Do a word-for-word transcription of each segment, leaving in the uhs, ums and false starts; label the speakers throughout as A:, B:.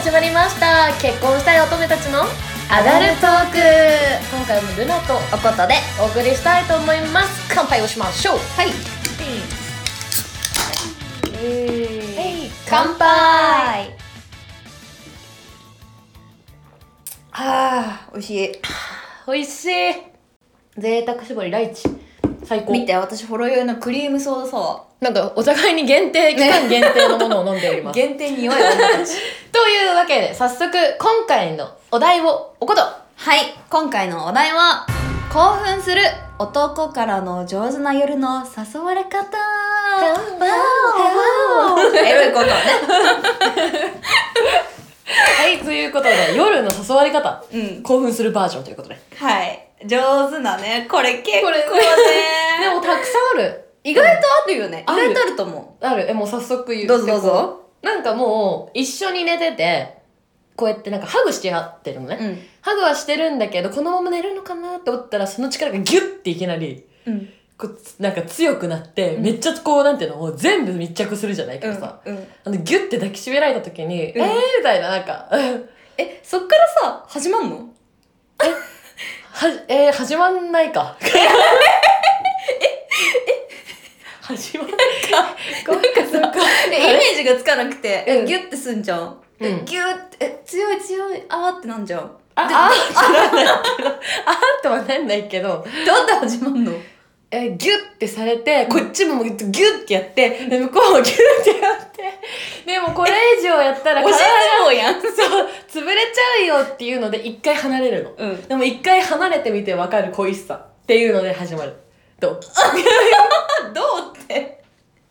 A: 始まりました。結婚したい乙女たちのアダルトーク。今回もルナと
B: おことで
A: お送りしたいと思います。乾杯をしましょう。
B: はい、
A: えい、
B: 乾杯。あー、美味しい。
A: 美味しい。贅沢絞りライチ最高。
B: 見て、私ほろ酔いのクリームソーダサワー。
A: なんかお互いに限定、期間限定のものを飲んでおります。
B: 限定に弱い女たち。
A: というわけで早速今回のお題をおこと。
B: はい、今回のお題は興奮する男からの上手な夜の誘われ方。エロいことね。
A: はい、ということで夜の誘われ方、
B: うん、
A: 興奮するバージョンということで、
B: はい、上手なね。これ結構ね
A: でもたくさんある。
B: 意外とあるよね。
A: うん、
B: 意外とあると思
A: う。ある。え、もう早速言う。
B: どうぞどうぞ。
A: なんかもう一緒に寝ててこうやってなんかハグしてやってるのね、うん、ハグはしてるんだけどこのまま寝るのかなって思ったらその力がギュッていきなり、うん、こうなんか強くなって、うん、めっちゃこうなんていうのもう全部密着するじゃないけどさ、うんうん、あのギュッて抱きしめられた時に、うん、えーみたいななんか
B: え、そっからさ始まんの
A: えはえー、始まんないかええ始まんないか
B: なんかさイメージがつかなくて、うん、ギュッてすんじゃん、うん、ギュッてえ強い強いあーってなんじゃん。
A: ああーってなんないけどあーってはなんないけど
B: どうやって始まんの。
A: えギュッてされて、こっちもギュッてやって、で向こうもギュッてやってでもこれ以上やったら
B: 体がやん
A: そう潰れちゃうよっていうので一回離れるの、うん、でも一回離れてみて分かる恋しさっていうので始まる。どう
B: どうって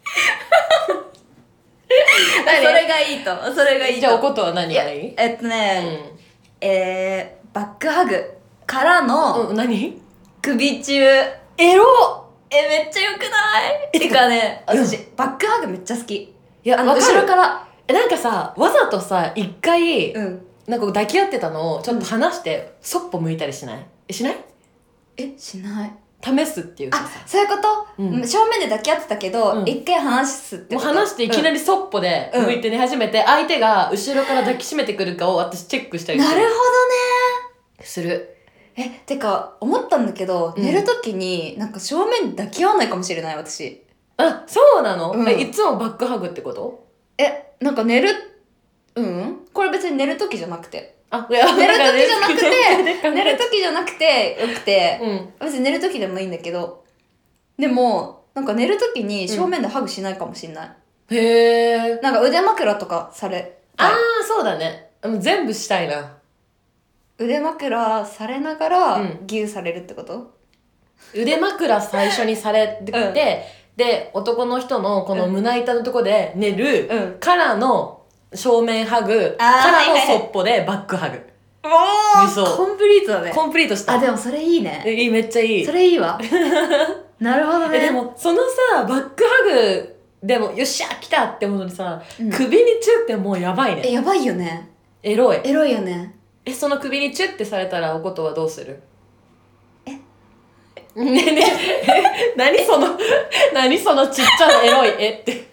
B: それがいいとそれがいいと。
A: じゃあおことは何がいい？
B: えっとね、うん、えー、バックハグからの、
A: うん、何？
B: 首中
A: エロ
B: え、めっちゃよくないてかね、私、バックハグめっちゃ好き。い
A: や、あの、後ろから。え、なんかさ、わざとさ、一回、うん、なんか抱き合ってたのをちょっと離して、うん、そっぽ向いたりしない？え、しない？
B: え、しない。
A: 試すっていうかさ。
B: あ、そういうこと、うん、正面で抱き合ってたけど、一、うん、回離すってこと。
A: もう離していきなりそっぽで向いて寝始めて、うん、相手が後ろから抱きしめてくるかを私チェックしたりする。
B: なるほどね。
A: する。
B: え、てか、思ったんだけど、うん、寝るときに、なんか正面に抱き合わないかもしれない、私。
A: あ、そうなの？うん、え、いつもバックハグってこと？
B: え、なんか寝る、うん？これ別に寝るときじゃなくて。
A: あ、いや、
B: 寝るときじゃなくて、寝るときじゃなくて、よくて、うん、別に寝るときでもいいんだけど、でも、なんか寝るときに正面でハグしないかもしれない。
A: うん、へー。
B: なんか腕枕とかされたい。
A: あー、そうだね。全部したいな。
B: 腕枕されながらギューされるってこと？
A: うん、腕枕最初にされて、うん、で男の人のこの胸板のとこで寝る、うん、からの正面ハグからのそっぽでバックハグ。
B: おー、コンプリートだね。
A: コンプリートした。
B: あ、でもそれいいね。
A: いい、めっちゃいい。
B: それいいわ。なるほどね。
A: でもそのさバックハグでもよっしゃ来たってものにさ、うん、首にチュってもうやばいね。
B: え、やばいよね。
A: エロい。
B: エロいよね。
A: え、その首にチュってされたらおことはどうする？えねえねえ何その何そのちっちゃなエロいえって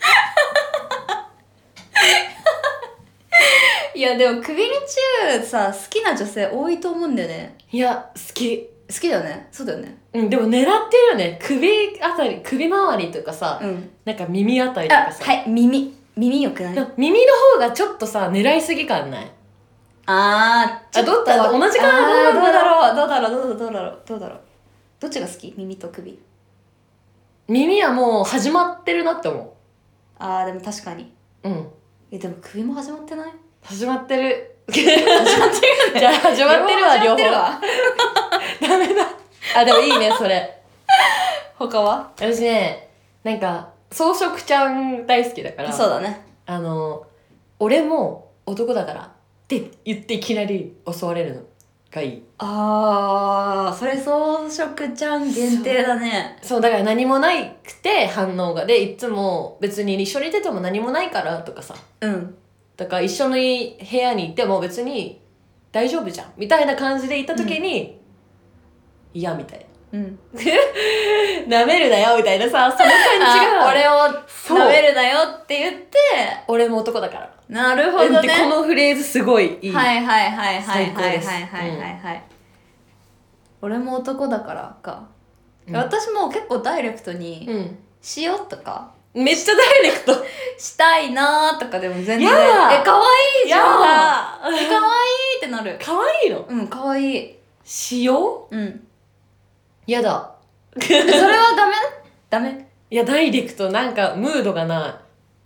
B: いやでも首にチューさ好きな女性多いと思うんだよね。
A: いや好き
B: 好きだよね。そうだよね。
A: うん、でも狙ってるよね。首あたり首周りとかさ、うん、なんか耳あたりとかさ。
B: はい、耳耳よくない？
A: 耳の方がちょっとさ狙いすぎ感ない？
B: あー、ちょっと
A: あ、どっ同じかな。
B: どうだろうどうだろうどうだろうどうだろうどうだろうどっちが好き？耳と首。
A: 耳はもう始まってるなって思う。
B: あー、でも確かに。
A: うん。
B: え、でも首も始まってない？
A: 始まってる。
B: 始まってるよね。
A: じゃあ始まってるわ、両方。
B: 両方ダ
A: メだ。あ、でもいいね、それ。
B: 他は？
A: 私ね、なんか、草食ちゃん大好きだから。
B: そうだね。
A: あの、俺も男だからって言っていきなり襲われるのがいい。
B: あー、それ草食ちゃん限定だね。
A: そう、そうだから何もないくて反応が。で、いつも別に一緒にいてても何もないからとかさ。
B: うん。
A: だから一緒の部屋にいても別に大丈夫じゃんみたいな感じでいた時に、うん、嫌みたいな。うん。舐めるなよみたいなさ、その感じが。
B: 俺を舐めるなよって言って、
A: 俺も男だから。
B: なるほどね。
A: でこのフレーズすごいいい。
B: はいはいはいはいはいはい
A: 最高です
B: はいはいはい。俺も男だからか。私も結構ダイレクトに、
A: うん。
B: しようとか、
A: めっちゃダイレクト。
B: したいなーとかでも全然。
A: やだ
B: え、かわいいじゃん。
A: やだ
B: え、かわいいってなる。
A: かわいいの？
B: うん、かわいい。
A: しよ
B: うん。
A: う？やだ。
B: それはダメダメ
A: いや、ダイレクト、なんか、ムードがない。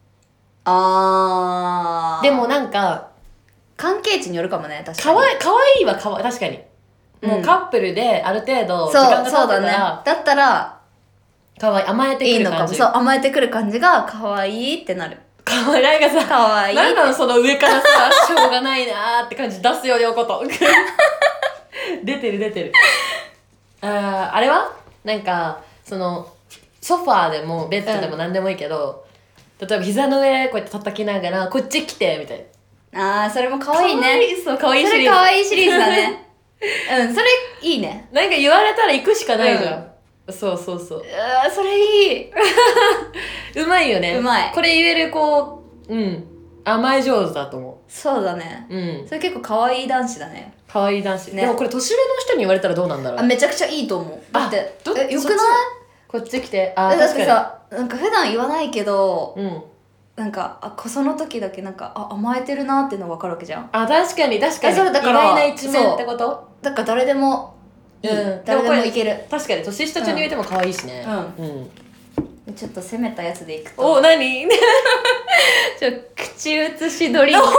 B: あー。
A: でもなんか、
B: 関係値によるかもね、確かに。
A: かわい、かわいいはかわい、確かに。もうカップルである程度時間が経ってたら、
B: そう、そうだね。だったら、
A: かわいい、甘えてくる感じ。
B: いいのかも。そう、甘えてくる感じがかわいいってなる。
A: かわいい、なんかさ、
B: かわいい。
A: なんなのその上からさ、しょうがないなーって感じ出すよ、よこと。出てる出てる。あー、あれはなんか、その、ソファーでもベッドでも何でもいいけど、うん、例えば膝の上こうやって叩きながら、こっち来て、みたいな。
B: あー、それもかわいいね。
A: かわいい、そう、かわいいシリーズ。
B: それかわいいシリーズだね。うん、それいいね。
A: なんか言われたら行くしかないじゃん。うん、そうそうそう。
B: あー、それいい。
A: うまいよね。
B: うまい。
A: これ言える子、うん。甘え上手だと思う。
B: そうだね。
A: うん。
B: それ結構可愛い男子だね。
A: 可愛い男子。
B: ね、
A: でもこれ年上の人に言われたらどうなんだろう。
B: あ、めちゃくちゃいいと思う。だって、
A: ど
B: え、よくない？
A: こっち来て。あ、
B: だってさ、なんか普段言わないけど、
A: うん。
B: なんか、あ、その時だけなんか、あ、甘えてるなっていうの分かるわけじゃん。
A: あ、確かに確かに。
B: それだから
A: 意外な一面ってこと？
B: だから誰でもいい、うん、誰でもいける。
A: 確かに年下中に言えても可愛いしね。
B: うん、うんうん、ちょっと攻めたやつでいくと、
A: お、何？
B: ちょ口移しドリンク。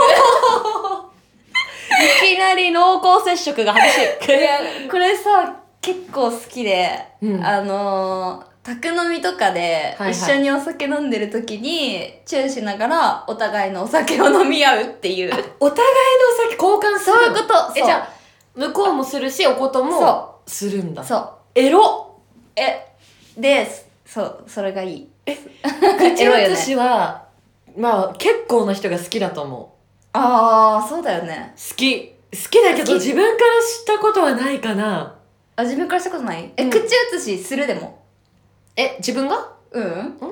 A: いきなり濃厚接触が激しい。
B: いや、これさ結構好きで、うん、あのー宅飲みとかで一緒にお酒飲んでる時にチューしながらお互いのお酒を飲み合うっていう。
A: お互いのお酒交換する？
B: そういうこと。
A: え、じゃあ向こうもするしおこともするんだ。
B: そう。
A: エロ。
B: え、で、そう、それがいい。
A: え、口移しは、まあ結構な人が好きだと思う。
B: ああ、そうだよね。
A: 好き。好きだけど自分から知ったことはないかな。
B: あ、自分からしたことない？え、うん、口移しするでも。
A: え、自分が？
B: うん。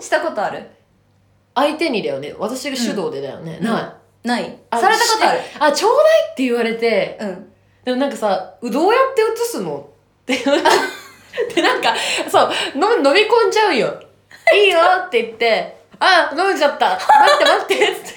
B: したことある？
A: 相手にだよね。私が主導でだよね。うん、ない。
B: ない。されたことある？
A: あ、ちょうだいって言われて。
B: うん。
A: でもなんかさ、どうやって移すのって言われて。で、なんか、そう、飲み込んじゃうよ。いいよって言って、あ、飲んじゃった。待って待ってって。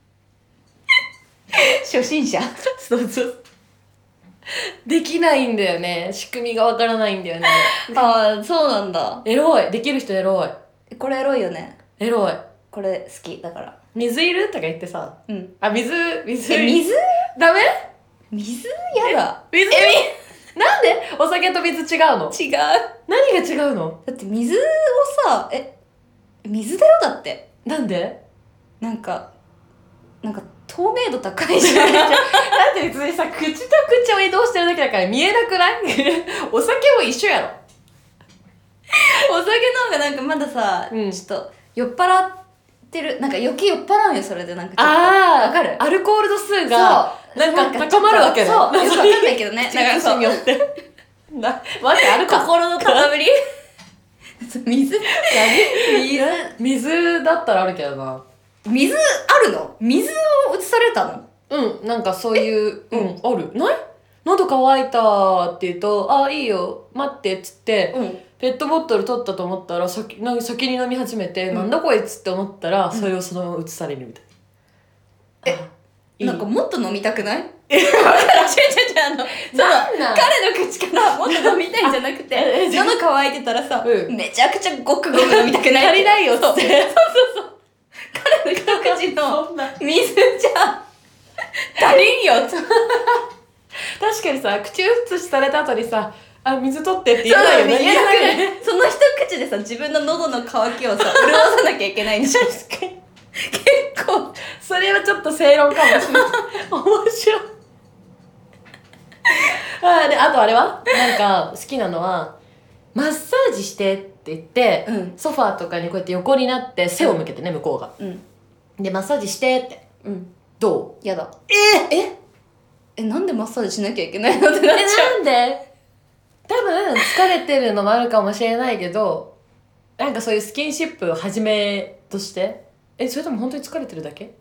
B: 初心者。
A: そうそう。できないんだよね。仕組みがわからないんだよね。
B: ああ、そうなんだ。
A: エロい。できる人エロい。
B: これエロいよね。
A: エロい。こ
B: れ好きだから。
A: 水いるとか言ってさ。うん。あ、水、水。
B: え、水？
A: ダメ？
B: 水？やだ。
A: 水？え、なんでお酒と水違うの？
B: 違う。
A: 何が違うの？
B: だって水をさ、え、水だよだって。
A: なんで？
B: なんか、なんか、透明度高いじゃん。
A: だって別にさ、口と口を移動してるだけだから見えなくない？お酒も一緒やろ。
B: お酒の方がなんかまださ、うん、ちょっと酔っ払ってる、なんか余計酔っ払うよ、それでなんかちょっと。あー、わかる？
A: アルコール度数が、なんか高まるわけね。
B: そう、よくわかんないけどね。
A: なんかそうによって。な、待って、あるか。
B: 心の高ぶり水水
A: 水だったらあるけどな。
B: 水あるの？水を移されたの？
A: うん、なんかそういう、うん、ある。ない？喉乾いたって言うと、あ、いいよ、待ってっつって、うん、ペットボトル取ったと思ったら、先、なんか先に飲み始めて、うん、なんだこいつって思ったら、それをそのまま移されるみたいな。
B: え、いい？なんかもっと飲みたくない？え、違う違う違う、あの、その、彼の口からもっと飲みたいんじゃなくて、喉乾いてたらさ、うん、めちゃくちゃごくごく飲みたくない？
A: 足りないよって。そうそうそう。
B: 彼の一口の水じゃ足りんよ。
A: 確かにさ、口移しされた後にさ、あ、水取ってって言えないよね。言えなくね。
B: その一口でさ、自分の喉の渇きをさ、潤さなきゃいけないんでしょ。
A: 確かに。結構、それはちょっと正論かもしれない。面白い。あ, であとあれはなんか好きなのは、マッサージしてって言って、うん、ソファーとかにこうやって横になって背を向けてね、向こうが。うん、で、マッサージしてって。うん、どう？
B: やだ。
A: えー、え
B: え、なんでマッサージしなきゃいけないのってなっちゃう。
A: え、なんで？多分疲れてるのもあるかもしれないけど、なんかそういうスキンシップを始めとして、え、それとも本当に疲れてるだけ？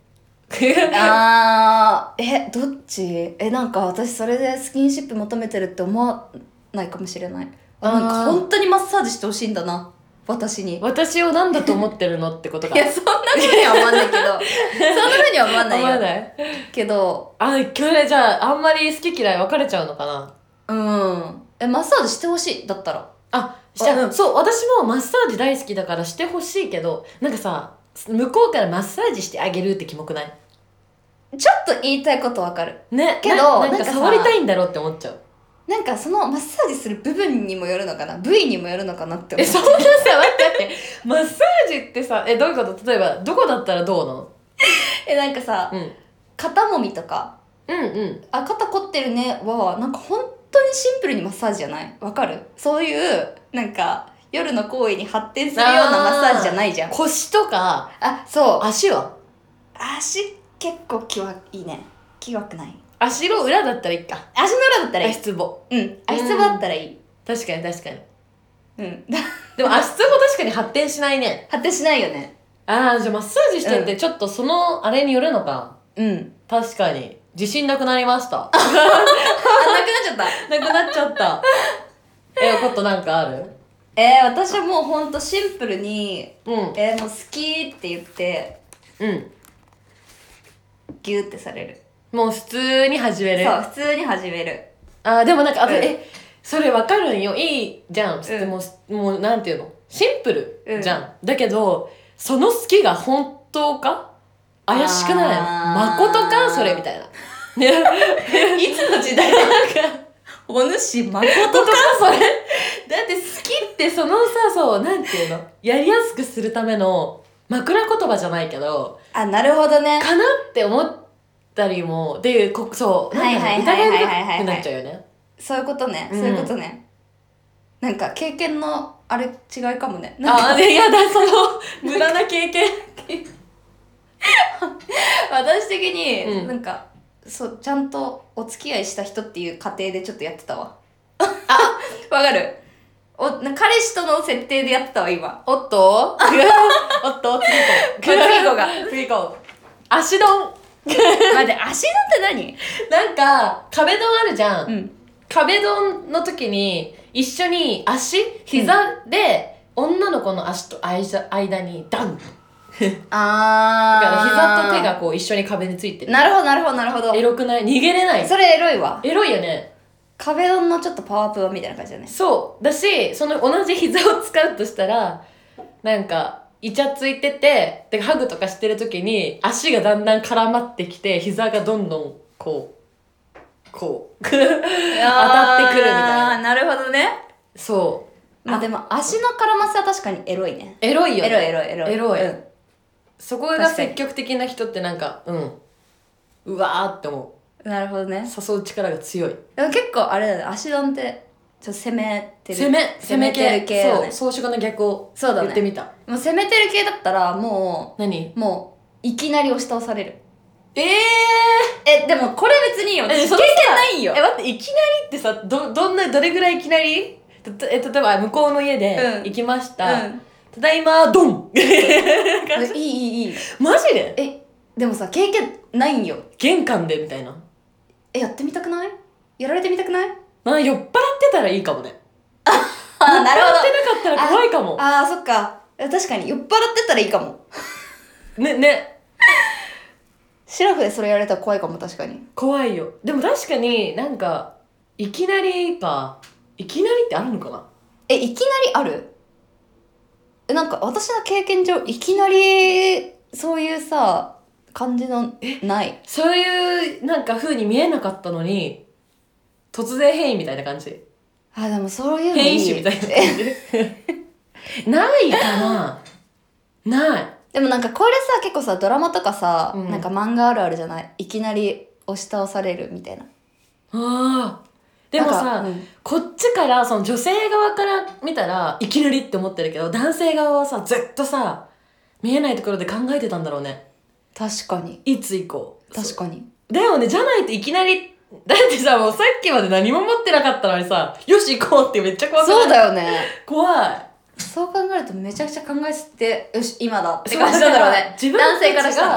B: あーえどっちえなんか私それでスキンシップ求めてるって思わないかもしれない。あなんか本当にマッサージしてほしいんだな私に。
A: 私を何だと思ってるのってことか。
B: いやそんなふうには思わないけどそんなふうには思わないよ。
A: 思わない
B: けど
A: あこれじゃああんまり好き嫌い分かれちゃうのかな。
B: うんえマッサージしてほしいだったら。
A: あしちゃう、うん、そう私もマッサージ大好きだからしてほしいけどなんかさ向こうからマッサージしてあげるってキモくない？
B: ちょっと言いたいことわかる
A: ね
B: けど
A: ななんか触りたいんだろうって思っちゃう。
B: なんかそのマッサージする部分にもよるのかな部位にもよるのかなって思
A: えそんなさ待って待ってマッサージってさえどういうこと？例えばどこだったらどうなの？
B: えなんかさ、うん、肩もみとか
A: うんうん
B: あ肩凝ってるねはなんか本当にシンプルにマッサージじゃない？わかる？そういうなんか夜の行為に発展するようなマッサージじゃないじゃん。
A: 腰とか
B: あそう
A: 足は
B: 足結構気はいいね気わくない。
A: 足の裏だったらいいか。
B: 足の裏だったらいい。
A: 足つぼ
B: うん足つぼだったらいい。
A: 確かに確かに
B: うん
A: でも足つぼ確かに発展しないね。
B: 発展しないよね。
A: ああじゃあマッサージしてってちょっとそのあれによるのか。
B: うん
A: 確かに自信なくなりました
B: あなくなっちゃった
A: なくなっちゃったえことなんかある？
B: えー、私はもうほんとシンプルに、
A: うん
B: えー、もう好きって言って
A: うん
B: ギューってされる。
A: もう普通に始める。
B: そう普通に始める。
A: あーでもなんか、あ
B: うん、
A: えそれ分かるんよいいじゃん、
B: うん、
A: もうもうなんていうのシンプルじゃん、うん、だけどその好きが本当か怪しくない？誠かそれみたいな。いつの時代なんか
B: お主誠か
A: それ。だって好きってそのさそうなんていうのやりやすくするための枕言葉じゃないけど
B: あなるほどね
A: かなって思ったりもでこそうなんか疑い深くなっちゃうよね。
B: そういうことね、うん、そういうことね。なんか経験のあれ違いかもね。
A: ああねやだその無駄な経験
B: 私的に、うん、なんかそうちゃんとお付き合いした人っていう過程でちょっとやってたわ。あわかるお彼氏との設定でやってたわ今。
A: おっとおっと次行こう
B: 次行こうが
A: 次行こう足丼
B: 待って足丼って何？
A: なんか壁ドンあるじゃん、
B: うん、
A: 壁ドンの時に一緒に足膝で女の子の足と間にダン
B: あ
A: だから膝と手がこう一緒に壁についてる。
B: なるほどなるほどなるほど。
A: エロくない？逃げれない。
B: それエロいわ。
A: エロいよね。
B: 壁ドンのちょっとパワーアップみたいな感じだね。
A: そうだしその同じ膝を使うとしたらなんかイチャついててでハグとかしてる時に足がだんだん絡まってきて膝がどんどんこうこう当たってくるみたいな。
B: あなるほどね。
A: そう
B: まあでも足の絡ませは確かにエロいね。
A: エロいよね。
B: エロいエロいエロい
A: エロい、うん、そこが積極的な人ってなんかうんうわーって思う。
B: なるほどね。
A: 誘う力が強い。
B: でも結構あれだね足ドンってちょっと攻めてる
A: 攻め攻めてる系だね。そう装飾の逆を
B: そうだね
A: 言ってみた。
B: もう攻めてる系だったらもう
A: 何
B: もういきなり押し倒される。
A: えー
B: えでもこれ別にいいよ。経験ないよ。
A: え待っていきなりってさどどんなどれぐらいいきなりえ例えば向こうの家で行きました、うん、ただいまドンい
B: いいいいいい
A: マジで
B: えでもさ経験ないんよ。
A: 玄関でみたいな
B: えやってみたくない？やられてみたくない？
A: まあ酔っ払ってたらいいかもね。
B: ああなるほど。
A: 酔っ払ってなかったら怖いかも。
B: ああそっか確かに酔っ払ってたらいいかも
A: ねね
B: シラフでそれやられたら怖いかも。確かに
A: 怖いよ。でも確かになんかいきなりかいきなりってあるのかな。
B: えいきなりある？えなんか私の経験上いきなりそういうさ感じのない。
A: そういうなんか風に見えなかったのに突然変異みたいな感じ。
B: あでもそういうの
A: 変異種みたいな感じないかな。ない。
B: でもなんかこれさ結構さドラマとかさ、
A: うん、
B: なんか漫画あるあるじゃない？いきなり押し倒されるみたいな。
A: あーでもさ、うん、こっちからその女性側から見たらいきなりって思ってるけど男性側はさずっとさ見えないところで考えてたんだろうね。
B: 確かに
A: いつ以降。
B: 確かに
A: だよね。じゃないといきなりだってさもうさっきまで何も持ってなかったのにさよし行こうってめっちゃ怖くない？
B: そうだよね。
A: 怖い。
B: そう考えるとめちゃくちゃ考えてよし今だって感じなんだろうね。
A: 自分たちが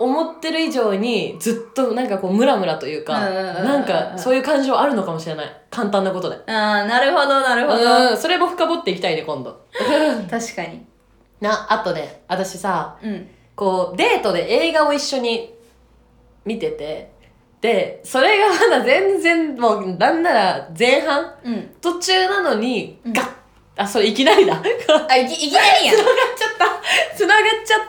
A: 思ってる以上にずっとなんかこうムラムラというか、なんかそういう感情あるのかもしれない。簡単なことで。
B: ああ、なるほどなるほど。
A: うん、それも深掘っていきたいね、今度。
B: 確かに。
A: な、あとね、私さ、
B: うん、
A: こう、デートで映画を一緒に見てて、で、それがまだ全然、もう、なんなら前半、
B: うん、
A: 途中なのに、ガッ、あ、それいきなりだ。
B: あ、いき、いきなりやん。
A: 繋がっちゃった。繋がっちゃった。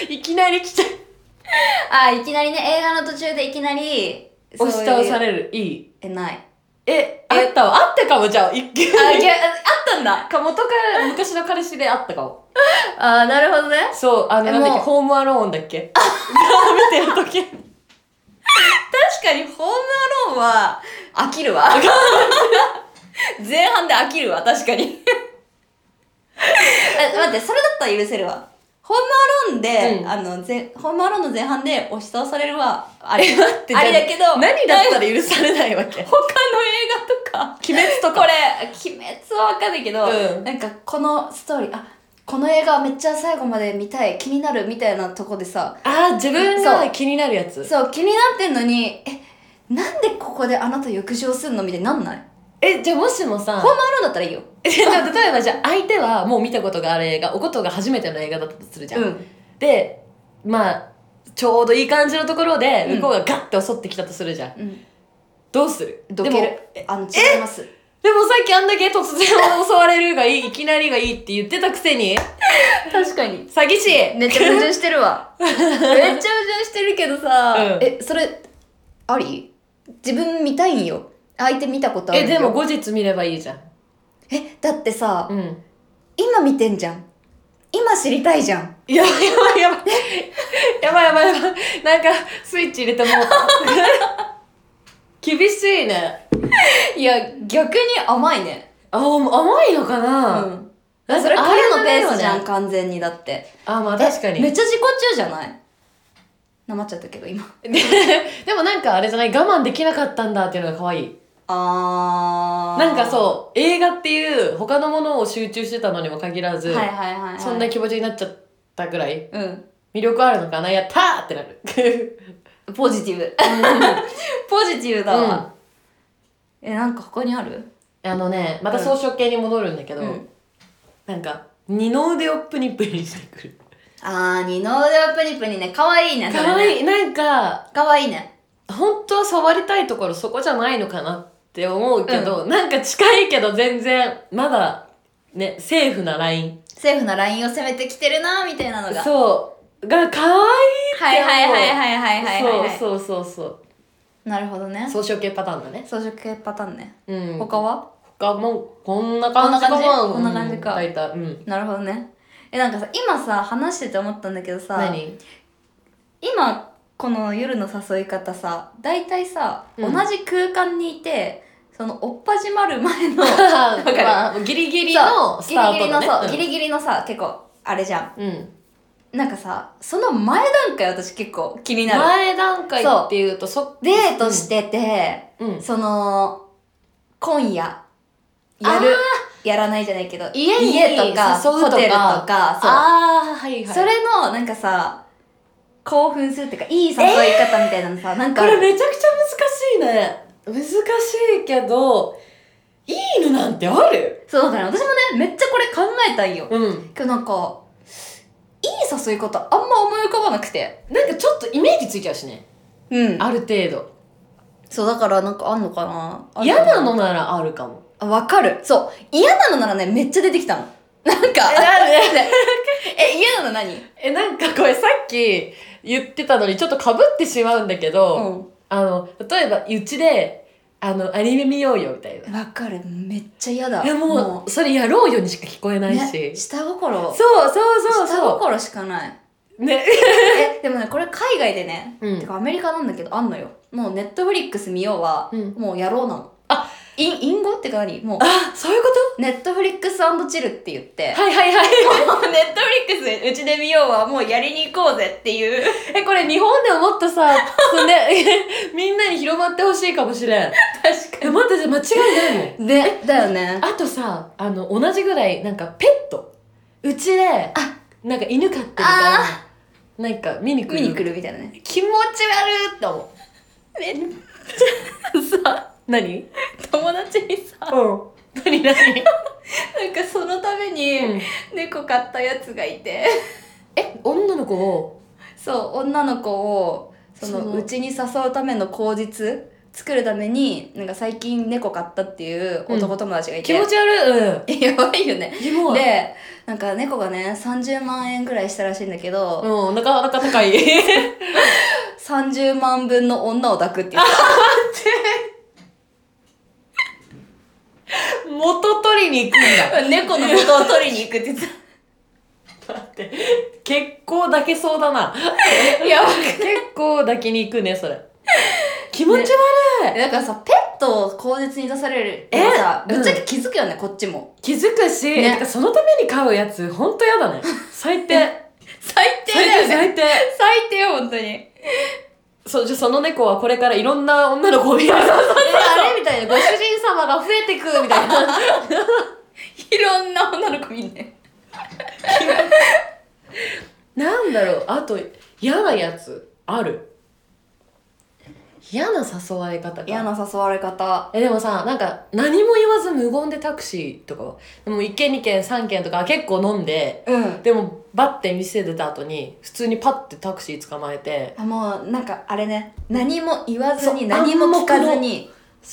A: いきなり来ちゃう。
B: あ、いきなりね、映画の途中でいきなり、
A: 押し倒される。いい。
B: え、ない。
A: え、あったわ。あったかも、じゃあ。一見。
B: あ、いや、あったんだ。
A: か、元から昔の彼氏であったかも。
B: あ、なるほどね。
A: そう、あの、なんだっけ、ホームアローンだっけ見てるとき。
B: 確かに、ホームアローンは、飽きるわ。前半で飽きるわ、確かに。え、待って、それだったら許せるわ。ホームアローンで、うん、あの、ぜ、ホームアローンの前半で押し倒されるは、あれ、待って、あれだけど、
A: 何だったら許されないわけ？
B: 他の映画とか、
A: 鬼滅とか。
B: これ、鬼滅はわかんないけど、うん、なんか、このストーリー、あ、この映画めっちゃ最後まで見たい、気になるみたいなとこでさ、
A: あー、自分が気になるやつ。
B: そう、気になってんのに、え、なんでここであなた浴場すんのみたいになんない？
A: え、じゃあもしもさ、
B: ホームアローンだったらいいよ。
A: 例えばじゃあ相手はもう見たことがある映画、おことが初めての映画だったとするじゃん。うん、で、まあ、ちょうどいい感じのところで、向こうがガッて襲ってきたとするじゃん。うん、どうする？
B: どける。あの、違います。
A: でもさっきあんだけ突然襲われるがいい、いきなりがいいって言ってたくせに
B: 確かに。
A: 詐欺師
B: めっちゃ矛盾してるわ。めっちゃ矛盾してるけどさ、うん、え、それ、あり？自分見たいんよ。相手見たことあるよ。
A: え、でも後日見ればいいじゃん。
B: え、だってさ、うん、今見てんじゃん。今知りたいじゃん。
A: やばいやばいやばい。やばいやばいやばい。なんか、スイッチ入れてもうた。厳しいね。
B: いや、逆に甘いね。
A: あ、甘いのかな？うん。
B: それ彼のペースじゃん、完全にだって。
A: あ、まあ確かに。
B: めっちゃ自己中じゃない？なまっちゃったけど、今。
A: で, でもなんかあれじゃない？我慢できなかったんだっていうのが可愛い。あー。なんかそう、映画っていう他のものを集中してたのにも限らず、はいはいはいはい、そんな気持ちになっちゃったぐらい、うん、魅力あるのかな？やったーってなる。
B: ポジティブ。ポジティブだわ。うん、え、なんか他にある？
A: あのね、また装飾系に戻るんだけど、うん、なんか、二の腕をプニプニしてくる。
B: あー、二の腕をプニプニね。かわいいね。
A: かわいい。なんか、
B: かわいいね。
A: 本当は触りたいところそこじゃないのかなって思うけど、うん、なんか近いけど全然、まだ、ね、セーフなライン。
B: セーフなラインを攻めてきてるなみたいなのが。
A: そう。が、かわいいって思う。
B: はいはいはいはいはいはい、はい。
A: そうそうそうそう。
B: なるほどね。
A: 装飾系パターンだね。
B: 装飾系パターンね。
A: うん。
B: 他は？
A: 他も、こんな感じかな。
B: こんな感じか。
A: 大体、うん。
B: なるほどね。え、なんかさ、今さ、話してて思ったんだけどさ、
A: 何？今、
B: この夜の誘い方さ、大体さ、うん、同じ空間にいて、その、おっぱじまる前の、
A: まあ、ギリギリのスタート、ね、
B: ギリギリのそう、うん、ギリギリのさ、結構、あれじゃん。うん。なんかさ、その前段階私結構気になる。
A: 前段階っていうと、そ、
B: デートしてて、うん、その、今夜、やる、やらないじゃないけど、
A: 家に
B: 家とか、ホテルとか、そう。
A: ああ、はいはい。
B: それの、なんかさ、興奮するっていうか、いい誘い方みたいなのさ、えー、なんか。
A: これめちゃくちゃ難しいね。難しいけど、いいのなんてある？
B: そうだね。私もね、めっちゃこれ考えたんよ。うん。けどなんか、いい誘い方あんま思い浮かばなくて。
A: なんかちょっとイメージついちゃうしね。
B: うん。
A: ある程度。
B: そう、だからなんかあんのかな？
A: 嫌なのならあるかも。
B: あ、わかる。そう。嫌なのならね、めっちゃ出てきたの。なんか。え、
A: なんで
B: え、嫌なの何？
A: え、なんかこれさっき言ってたのにちょっと被ってしまうんだけど、うん、あの、例えばうちで、あの、アニメ見ようよみたいな。
B: わかる。めっちゃ嫌だ。
A: いやもう、もうそれやろうよにしか聞こえないし。
B: ね、下心。
A: そうそうそうそう。
B: 下心しかない。
A: ね。
B: え、でもね、これ海外でね、うん、てかアメリカなんだけど、あんのよ。もうネットフリックス見ようは、うん、もうやろうなの。
A: あ、
B: イン、インゴってか何もう。
A: あ、そういうこと？
B: ネットフリックス&チルって言って。
A: はいはいはい。
B: もうネットフリックスでうちで見ようはもうやりに行こうぜっていう。
A: え、これ日本でももっとさ、ね、みんなに広まってほしいかもしれん。
B: 確かに。
A: え、待って、じゃ間違いないもん。
B: で、だよね。
A: あとさ、あの、同じぐらい、なんかペット。うちで、あ、なんか犬飼ってるから、 なんか見に来る
B: 見に来るみたいなね。
A: 気持ち悪いって思う。
B: えさ
A: 何
B: 友達にさ、
A: うん何何
B: なんかそのために猫飼ったやつがいて、
A: え女の子を
B: そう女の子をそのうちに誘うための口実作るためになんか最近猫飼ったっていう男友達がいて、
A: 気持ち悪い、
B: やばいよね。
A: キモい
B: でなんか猫がねさんじゅうまんえんぐらいしたらしいんだけど、
A: うんなかなか高い
B: さんじゅうまんぶんの女を抱くって言って
A: た元取りに行くんだ
B: 猫の元を取りに行くって言って
A: だって結構抱けそうだな
B: やば
A: 結構抱きに行くねそれ気持ち悪い、
B: だからさペットを口実に出されるえさぶっちゃけ気づくよね、うん、こっちも
A: 気づくし、ね、てかそのために飼うやつほんとやだね最低
B: 最低だよね
A: 最低
B: 最低よ本当に
A: そ, じゃその猫はこれからいろんな女の子を見るあれみたいなご主人様が増えてくみたいない
B: ろんな女の子見んね
A: なんだろうあと嫌なやつある嫌な誘われ方か
B: 嫌な誘われ方
A: えでもさなんか何も言わず無言でタクシーとかでもいっけんにけんさんけんとか結構飲んで、
B: うん、
A: でもバッて店出た後に普通にパッてタクシー捕まえて
B: あもうなんかあれね何も言わずに何も聞かずに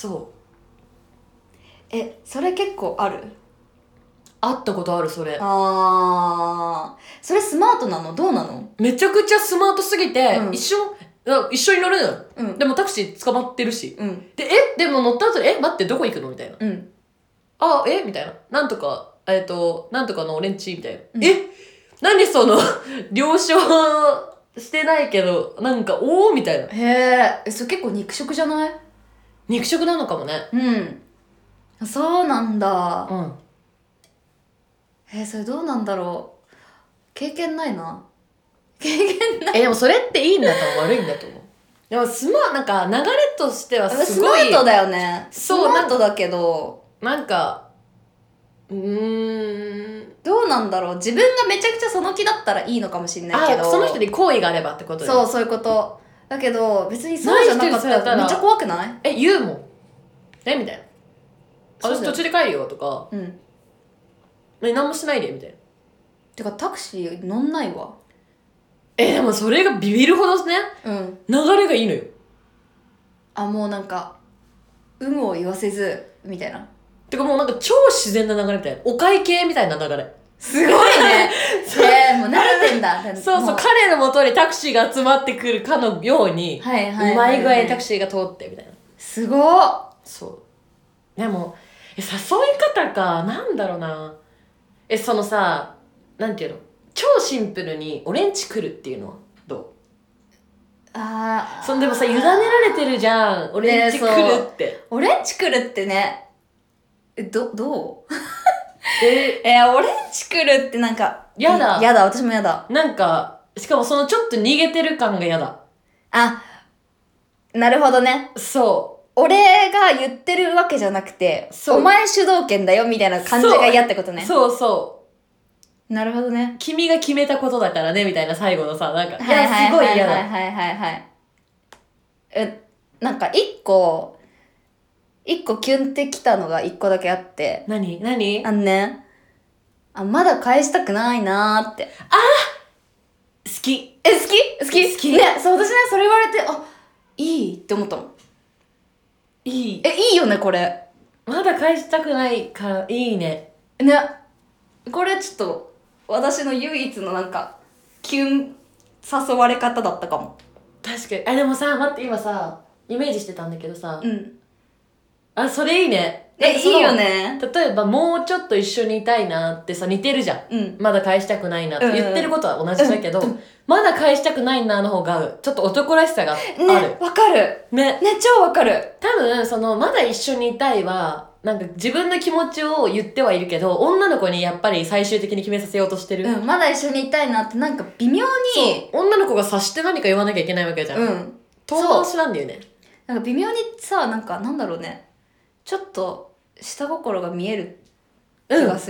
A: そう
B: えそれ結構ある
A: 会ったことあるそれ
B: あーそれスマートなのどうなの
A: めちゃくちゃスマートすぎて、うん、一緒一緒に乗るのよ、うん、でもタクシー捕まってるし、うん、でえでも乗った後でえ待ってどこ行くのみたいな、うん、あえみたいななんとかえっ、ー、となんとかのオレンジみたいな、うん、え何その了承してないけどなんかおおみたいな
B: へえそれ結構肉食じゃない
A: 肉食なのかもね
B: うんそうなんだ
A: うん
B: えー、それどうなんだろう経験ないな経験ない
A: えでもそれっていいんだと思う悪いんだと思うでもスマなんか流れとしてはすごい
B: スマートだよねそうスマートだけど
A: なんかうーん
B: どうなんだろう自分がめちゃくちゃその気だったらいいのかもしれないけど
A: その人に好意があればってこと
B: そうそういうことだけど別にそうじゃなかったらめっちゃ怖くない
A: え言うもんえみたいな私途中で帰るよとかうんえ何もしないでみたいな
B: てかタクシー乗んないわ
A: えでもそれがビビるほどね、うん、流れがいいのよ
B: あもうなんか有無を言わせずみたいな
A: てかもうなんか超自然な流れみたいなお会計みたいな流れ
B: すごいねえー、もう慣れてんだ
A: そうそう彼の元にタクシーが集まってくるかのように、はいはいはいはい、うまい具合にタクシーが通ってみたいな
B: すごっ
A: そうでもえ誘い方かなんだろうなえそのさなんていうの超シンプルに俺んち来るっていうのはどうあそんでもさ委ねられてるじゃん俺んち来るって、ね、
B: 俺んち来るってねえどどうええー、俺んち来るってなんか
A: やだ
B: やだ私もやだ
A: なんかしかもそのちょっと逃げてる感がやだ
B: あなるほどね
A: そう
B: 俺が言ってるわけじゃなくてお前主導権だよみたいな感じが嫌ってことね
A: そうそう
B: なるほどね
A: 君が決めたことだからねみたいな最後のさなんか、
B: はいはい、いやすごい嫌だはいはいはいはいえなんか一個一個キュンってきたのが一個だけあって
A: 何何
B: あのねあまだ返したくないなーって
A: あ好き
B: え好き好き
A: 好き
B: ねそう私ねそれ言われてあいいって思ったの
A: いい
B: えいいよねこれ
A: まだ返したくないからいいね
B: ねこれちょっと私の唯一のなんかキュン誘われ方だったかも
A: 確かにあでもさ待って今さイメージしてたんだけどさ
B: うん
A: あそれいいね
B: えいいよね
A: 例えばもうちょっと一緒にいたいなってさ似てるじゃん、うん、まだ返したくないなって言ってることは同じだけど、うんうん、まだ返したくないなの方がちょっと男らしさがある
B: ねわかるねね超わかる
A: 多分そのまだ一緒にいたいはなんか自分の気持ちを言ってはいるけど女の子にやっぱり最終的に決めさせようとしてる、
B: うん、まだ一緒にいたいなってなんか微妙に
A: 女の子が察して何か言わなきゃいけないわけじゃん、うん、遠回しなんだよね
B: なんか微妙にさなんかなんだろうねちょっと下心が見える気がする、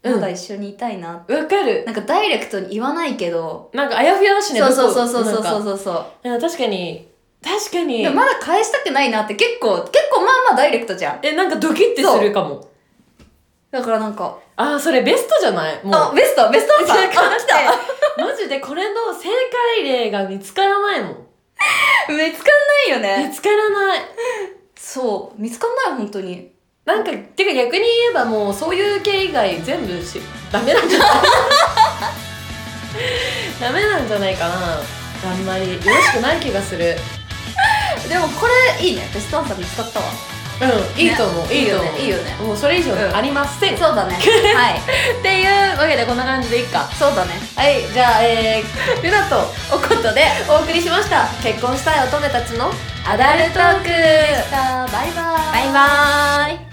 B: まだ一緒にいたいなって。
A: わかる。
B: なんかダイレクトに言わないけど。
A: なんかあやふやだしね。
B: そうそうそうそうそうそうそう。
A: 確かに、確かに。
B: でもまだ返したくないなって結構、結構まあまあダイレクトじゃん。
A: え、なんかドキッてするかも。
B: だからなんか。
A: あー、それベストじゃない？もう。
B: あ、ベストベストアンサー。あ、来た。
A: マジでこれの正解例が見つからないもん。
B: 見つかんないよね。
A: 見つからない。
B: そう。見つかんない、本当に。
A: なんか、てか逆に言えばもうそういう系以外全部し、ダメなんじゃないダメなんじゃないかな。あんまりよろしくない気がする。
B: でもこれいいね。ベストアンサー見つかったわ。
A: うん、いいと思う、ね、いいと思う。
B: いいよね。
A: もうそれ以上ありません。
B: うん、そうだね。はい。
A: っていうわけでこんな感じでいいか。
B: そうだね。
A: はい、じゃあ、えー、ルナとおことでお送りしました。結婚したい乙女たちのアダルトークでした。バイバーイ。
B: バイバーイ。